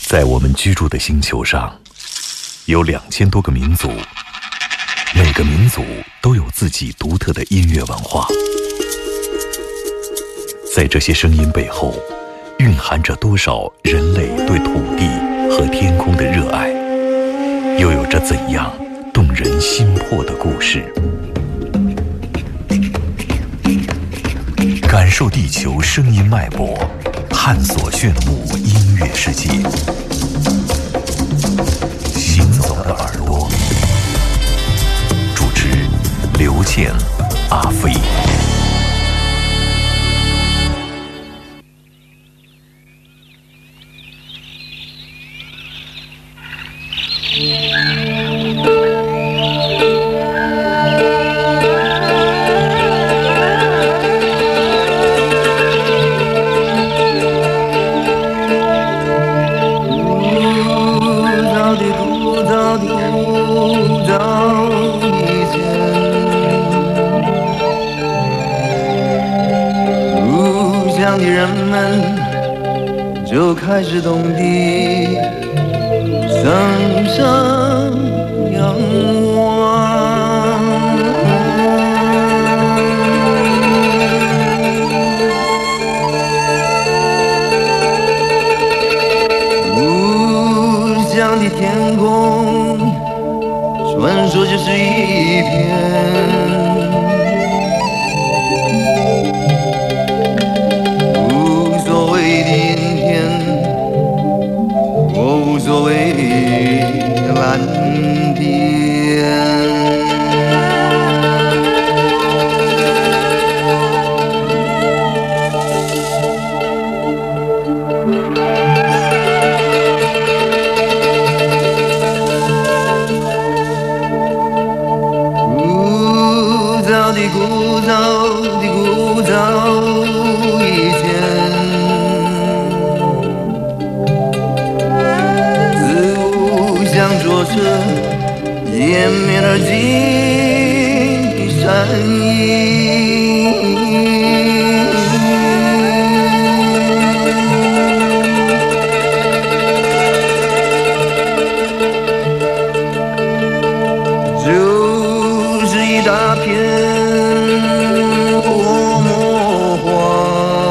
在我们居住的星球上，有2000多个民族，每个民族都有自己独特的音乐文化。在这些声音背后，蕴含着多少人类对土地和天空的热爱，又有着怎样动人心魄的故事？感受地球声音脉搏，探索炫目音乐世界。行走的耳朵，主持刘健、阿飞。 就开始懂得层层仰望，故乡的天空传说就是一片无所谓蓝天。古早的古早的古早以前，着着延绵而尽的山影，就是一大片落寞花，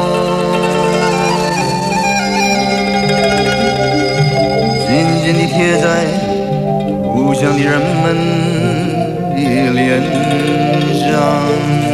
紧紧地贴在故乡的人们的脸上。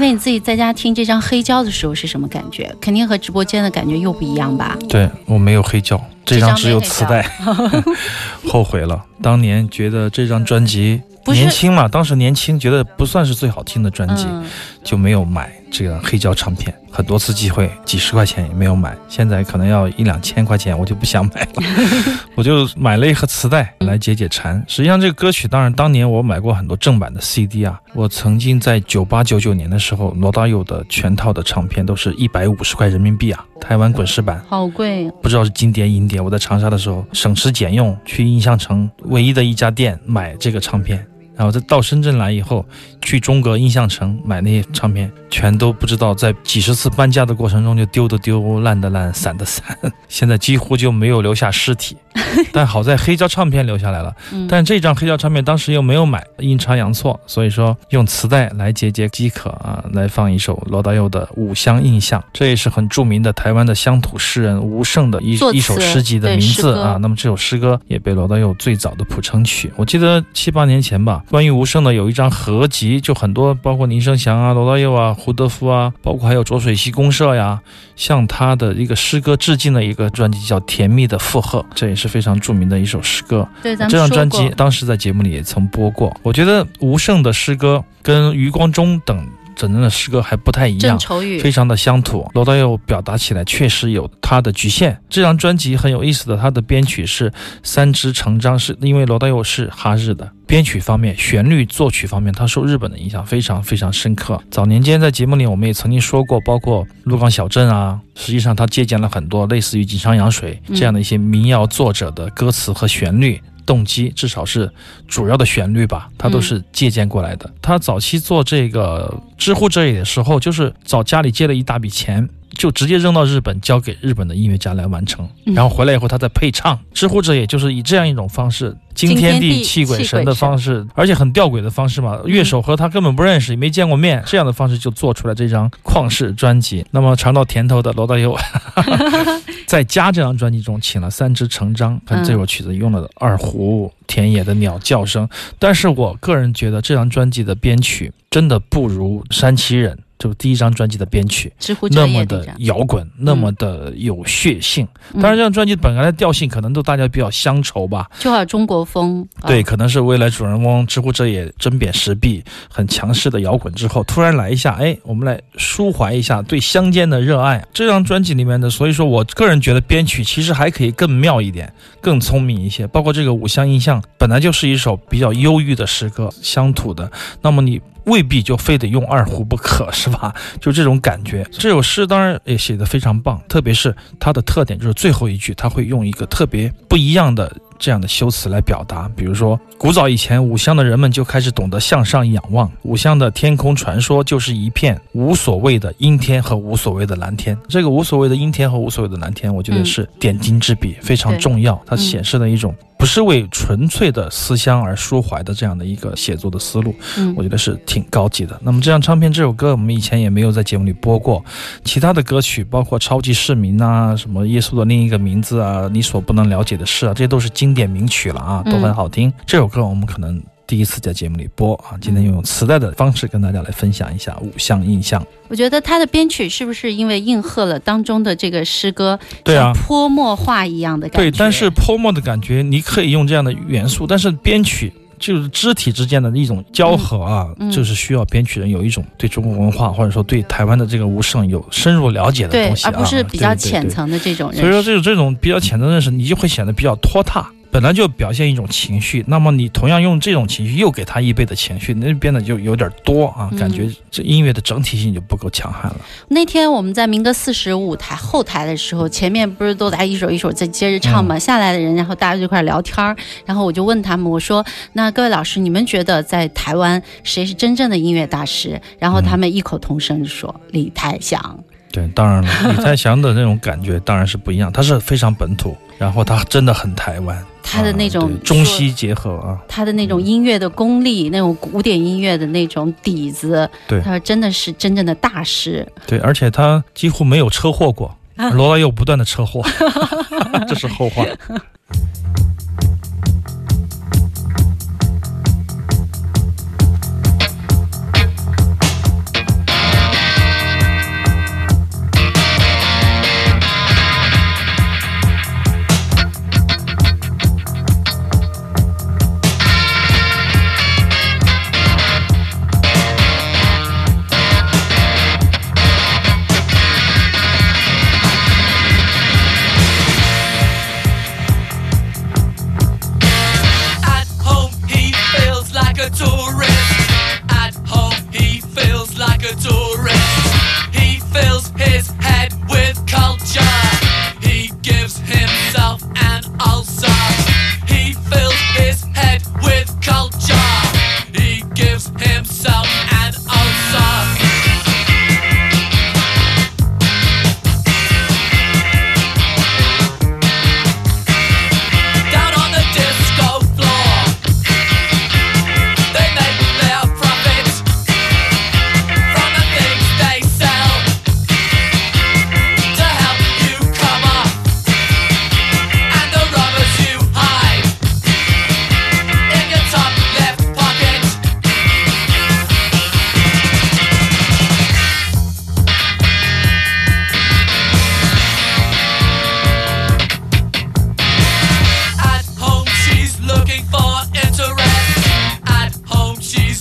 飞，你自己在家听这张黑胶的时候是什么感觉？肯定和直播间的感觉又不一样吧？ 对，我没有黑胶，这张只有磁带。后悔了，当年觉得这张专辑年轻嘛，当时年轻，觉得不算是最好听的专辑，就没有买这个黑胶唱片。很多次机会，几十块钱也没有买，现在可能要1-2千块钱，我就不想买了。我就买了一盒磁带来解解馋。实际上这个歌曲，当然当年我买过很多正版的 CD 啊，我曾经在98、99年的时候，罗大佑的全套的唱片都是150块人民币啊，台湾滚石版， 好贵， 不知道是金碟银碟。我在长沙的时候省吃俭用，去印象城唯一的一家店买这个唱片。然后再到深圳来以后，去中革印象城买那些唱片，全都不知道在几十次搬家的过程中就丢的丢，烂的烂，散的散，现在几乎就没有留下尸体。但好在黑胶唱片留下来了，但这张黑胶唱片当时又没有买，阴差阳错，所以说用磁带来解解饥渴啊，来放一首罗大佑的《五乡印象》，这也是很著名的台湾的乡土诗人吴胜的一首诗集的名字啊。那么这首诗歌也被罗大佑最早的谱成曲，我记得7、8年前吧，关于吴胜的有一张合集，就很多包括林生祥啊、罗大佑啊、胡德夫啊，包括还有浊水溪公社呀，向他的一个诗歌致敬的一个专辑叫《甜蜜的附和》，这也是非常著名的一首诗歌。 对，咱们这张专辑当时在节目里也曾播过。我觉得吴胜的诗歌跟余光中等整的诗歌还不太一样，非常的乡土。罗大佑表达起来确实有他的局限。这张专辑很有意思的，他的编曲是3支成章，是因为罗大佑是哈日的，编曲方面、旋律作曲方面，他受日本的影响非常非常深刻。早年间在节目里我们也曾经说过，包括鹿港小镇啊，实际上他借鉴了很多类似于井上洋水这样的一些民谣作者的歌词和旋律。动机至少是主要的旋律吧，他都是借鉴过来的。他早期做这个知乎者也的时候，就是找家里借了一大笔钱，就直接扔到日本，交给日本的音乐家来完成，然后回来以后他再配唱。知乎者也就是以这样一种方式，惊天地泣鬼神的方式，而且很吊诡的方式嘛，乐手和他根本不认识，也没见过面，这样的方式就做出来这张旷世专辑。那么尝到甜头的罗大佑在家这张专辑中请了3支成章，看这首曲子用了二胡、田野的鸟叫声，但是我个人觉得这张专辑的编曲真的不如山崎忍就第一张专辑的编曲那么的摇滚，那么的有血性。当然这张专辑本来的调性可能都大家比较乡愁吧， 就好中国风。 对，可能是未来主人翁知乎者也针砭时弊，很强势的摇滚之后突然来一下，我们来抒怀一下对乡间的热爱。这张专辑里面的，所以说我个人觉得编曲其实还可以更妙一点，更聪明一些。包括这个《五乡印象》本来就是一首比较忧郁的诗歌，乡土的，那么你未必就非得用二胡不可，是吧？就这种感觉。这首诗当然也写得非常棒，特别是它的特点就是最后一句，它会用一个特别不一样的这样的修辞来表达。比如说古早以前，五乡的人们就开始懂得向上仰望，五乡的天空传说就是一片无所谓的阴天和无所谓的蓝天。这个无所谓的阴天和无所谓的蓝天，我觉得是点睛之笔，非常重要。它显示了一种不是为纯粹的思乡而抒怀的这样的一个写作的思路，我觉得是挺高级的。那么这张唱片这首歌我们以前也没有在节目里播过，其他的歌曲包括超级市民啊，什么耶稣的另一个名字啊，你所不能了解的事啊，这些都是经典名曲了啊，都很好听。这首歌我们可能第一次在节目里播啊，今天用磁带的方式跟大家来分享一下五乡印象。 我觉得他的编曲是不是因为应和了当中的这个诗歌， 对啊， 像泼墨画一样的感觉？ 对，但是泼墨的感觉你可以用这样的元素，但是编曲就是肢体之间的一种交合啊，就是需要编曲人有一种对中国文化或者说对台湾的这个吴胜有深入了解的东西， 而不是比较浅层的这种认识。 所以说这种比较浅层的认识，你就会显得比较拖沓。本来就表现一种情绪，那么你同样用这种情绪又给他1倍的情绪，那边的就有点多啊，感觉这音乐的整体性就不够强悍了。 那天我们在民歌40舞台后台的时候，前面不是都来一首一首再接着唱嘛，下来的人然后大家就开始聊天，然后我就问他们，我说那各位老师，你们觉得在台湾谁是真正的音乐大师？然后他们异口同声说李泰祥。 对，当然了，李泰祥的那种感觉当然是不一样，他是非常本土，然后他真的很台湾， 他的那种中西结合啊， 他的那种音乐的功力，那种古典音乐的那种底子， 对， 他真的是真正的大师。 对，而且他几乎没有车祸过，罗大佑不断的车祸，这是后话。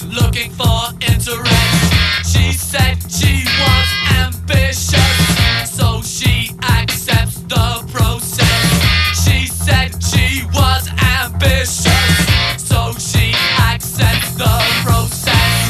looking for interaction. She said she was ambitious, so she accepts the process. She said she was ambitious, so she accepts the process.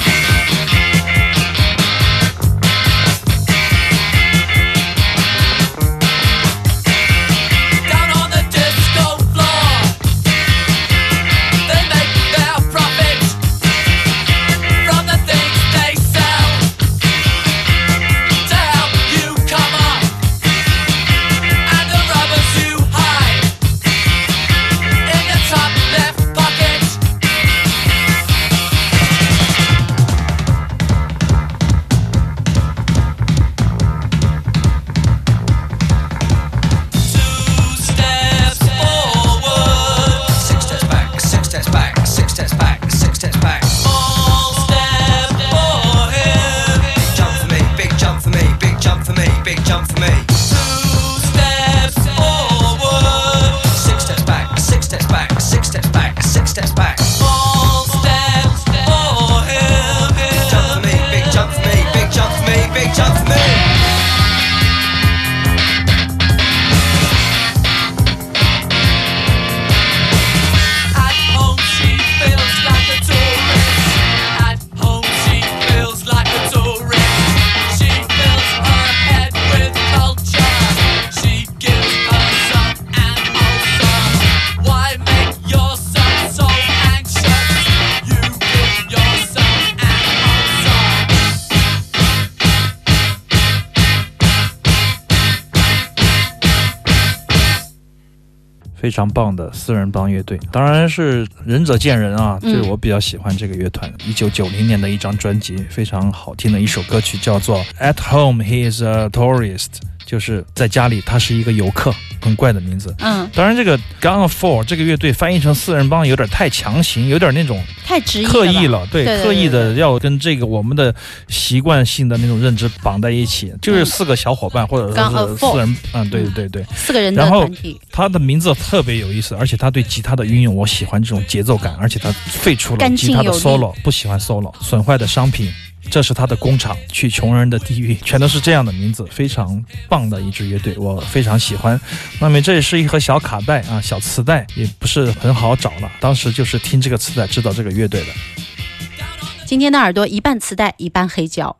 非常棒的四人帮乐队，当然是仁者见仁啊，就是我比较喜欢这个乐团。1990年的一张专辑，非常好听的一首歌曲叫做 At Home He is a Tourist， 就是在家里他是一个游客，很怪的名字。当然这个 Gang of Four 这个乐队翻译成四人帮有点太强行，有点那种太直译刻意了，对，刻意的要跟这个我们的习惯性的那种认知绑在一起，就是四个小伙伴或者说是四人，对对对， 四个人的团体。 然后他的名字特别有意思，而且他对吉他的运用，我喜欢这种节奏感，而且他废除了吉他的 solo， 不喜欢 solo， 损坏的商品。这是他的工厂，去穷人的地狱，全都是这样的名字，非常棒的一支乐队，我非常喜欢。那么这也是一盒小卡带啊，小磁带，也不是很好找了，当时就是听这个磁带知道这个乐队的。 今天的耳朵一半磁带一半黑胶。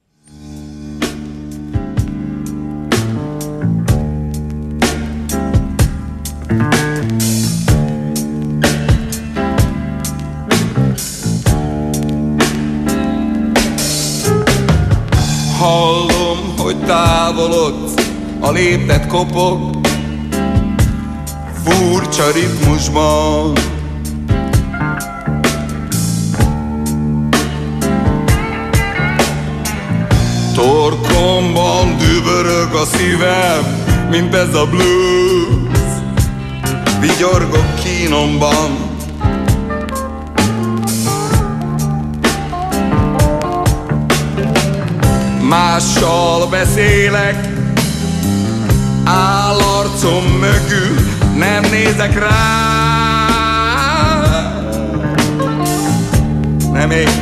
Hallom, hogy távolodsz, a lépted kopog, furcsa ritmusban. Torkomban dübörög a szívem, mint ez a blues, vigyorgok kínomban. Mással beszélek, áll arcom mögül, nem nézek rá. Nem én.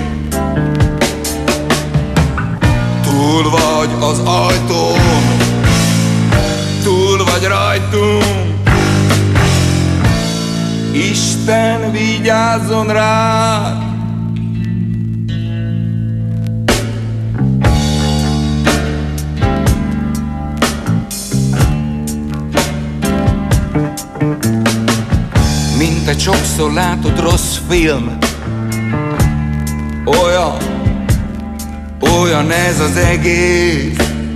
Túl vagy az ajtón, túl vagy rajtunk. Isten vigyázzon rád. Mint egy sokszor látott rossz film, olyan ez az egész.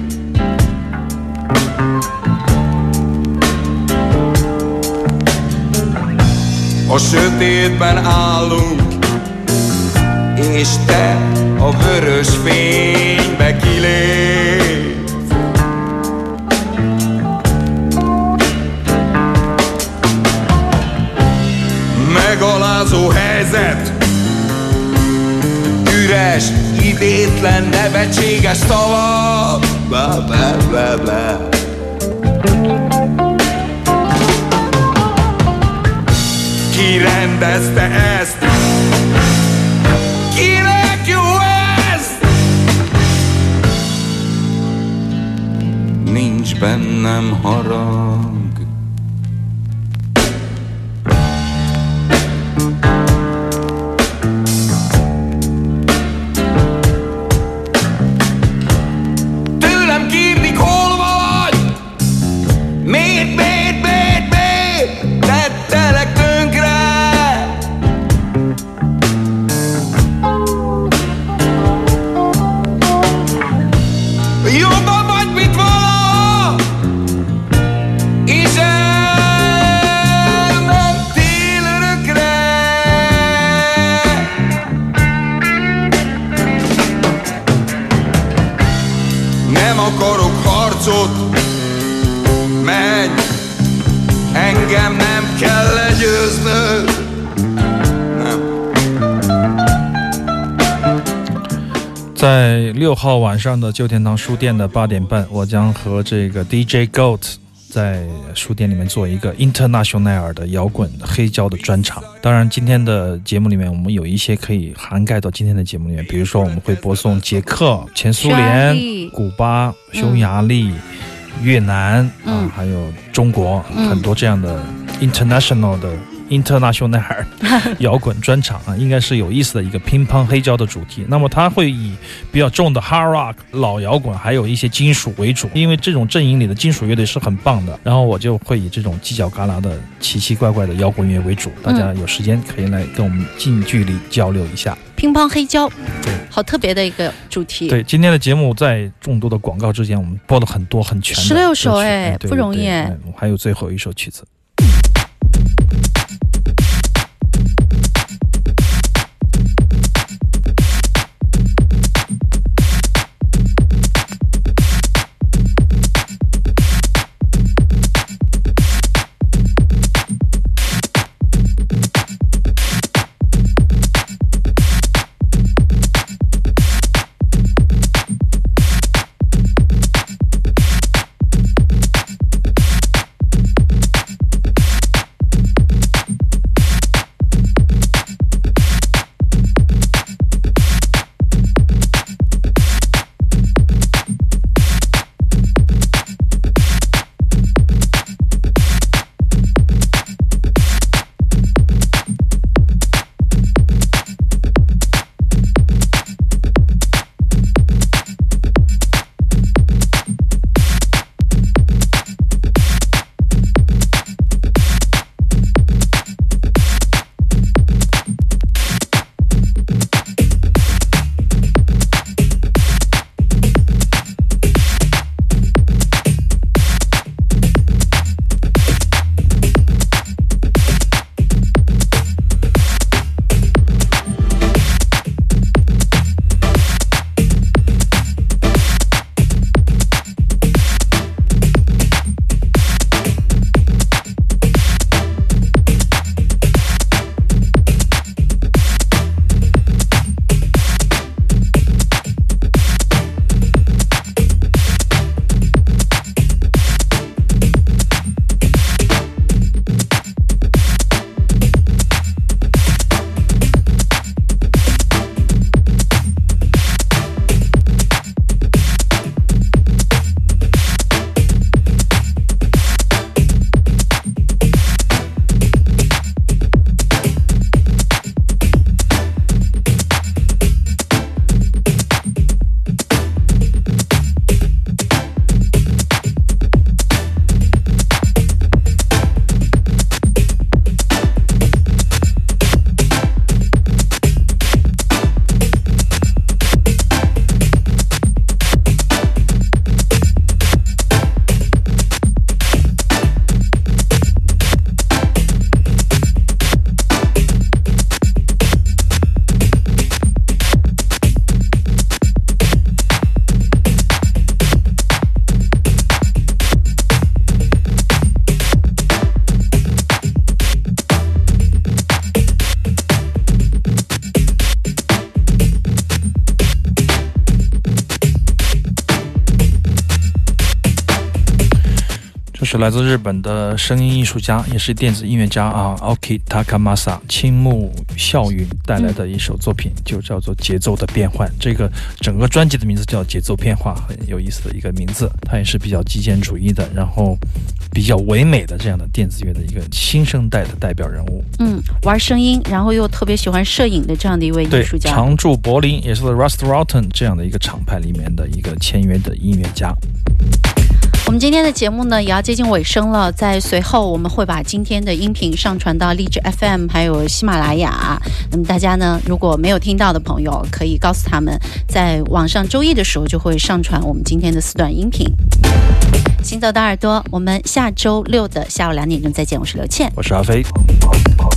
A sötétben állunk, és te a vörös fénybe kilépsz. Megalázó helyzet, üres, idétlen, nevetséges szavak, bla bla bla bla. Ki rendezte ezt? Kinek bennem harag. Tőlem kívnik hol vagy? Miért tettelek tönkre? Jobban vagy, mint valaha, és elmentél örökre. Nem akarok harcot, menj, engem nem kell legyőznöd. 在6号晚上的旧天堂书店的8点半，我将和这个 DJ Goat 在书店里面做一个 International 的摇滚黑胶的专场。当然今天的节目里面我们有一些可以涵盖到今天的节目里面，比如说我们会播送捷克、前苏联、古巴、匈牙利、越南还有中国，很多这样的 International 摇滚专场应该是有意思的一个乒乓黑胶的主题。那么它会以比较重的 hard rock 老摇滚还有一些金属为主，因为这种阵营里的金属乐队是很棒的，然后我就会以这种犄角旮旯的奇奇怪怪的摇滚乐为主。大家有时间可以来跟我们近距离交流一下乒乓黑胶，对，好特别的一个主题。 对，今天的节目在众多的广告之间我们播了很多很全的 16首不容易还有最后一首曲子。 是来自日本的声音艺术家，也是电子音乐家啊 Aoki Takamasa 青木孝允带来的一首作品，就叫做节奏的变换。这个整个专辑的名字叫节奏变化，很有意思的一个名字。它也是比较极简主义的，然后比较唯美的这样的电子乐的一个新生代的代表人物。 玩声音，然后又特别喜欢摄影的这样的一位艺术家。 对，常驻柏林，也是 Rust Rotten 这样的一个厂牌里面的一个签约的音乐家。 我们今天的节目呢也要接近尾声了，在随后我们会把今天的音频上传到荔枝 FM 还有喜马拉雅。那么大家呢如果没有听到的朋友，可以告诉他们，在网上周一的时候就会上传我们今天的4段音频。行走的耳朵，我们下周6的下午2点钟再见。我是刘倩， 我是阿飞。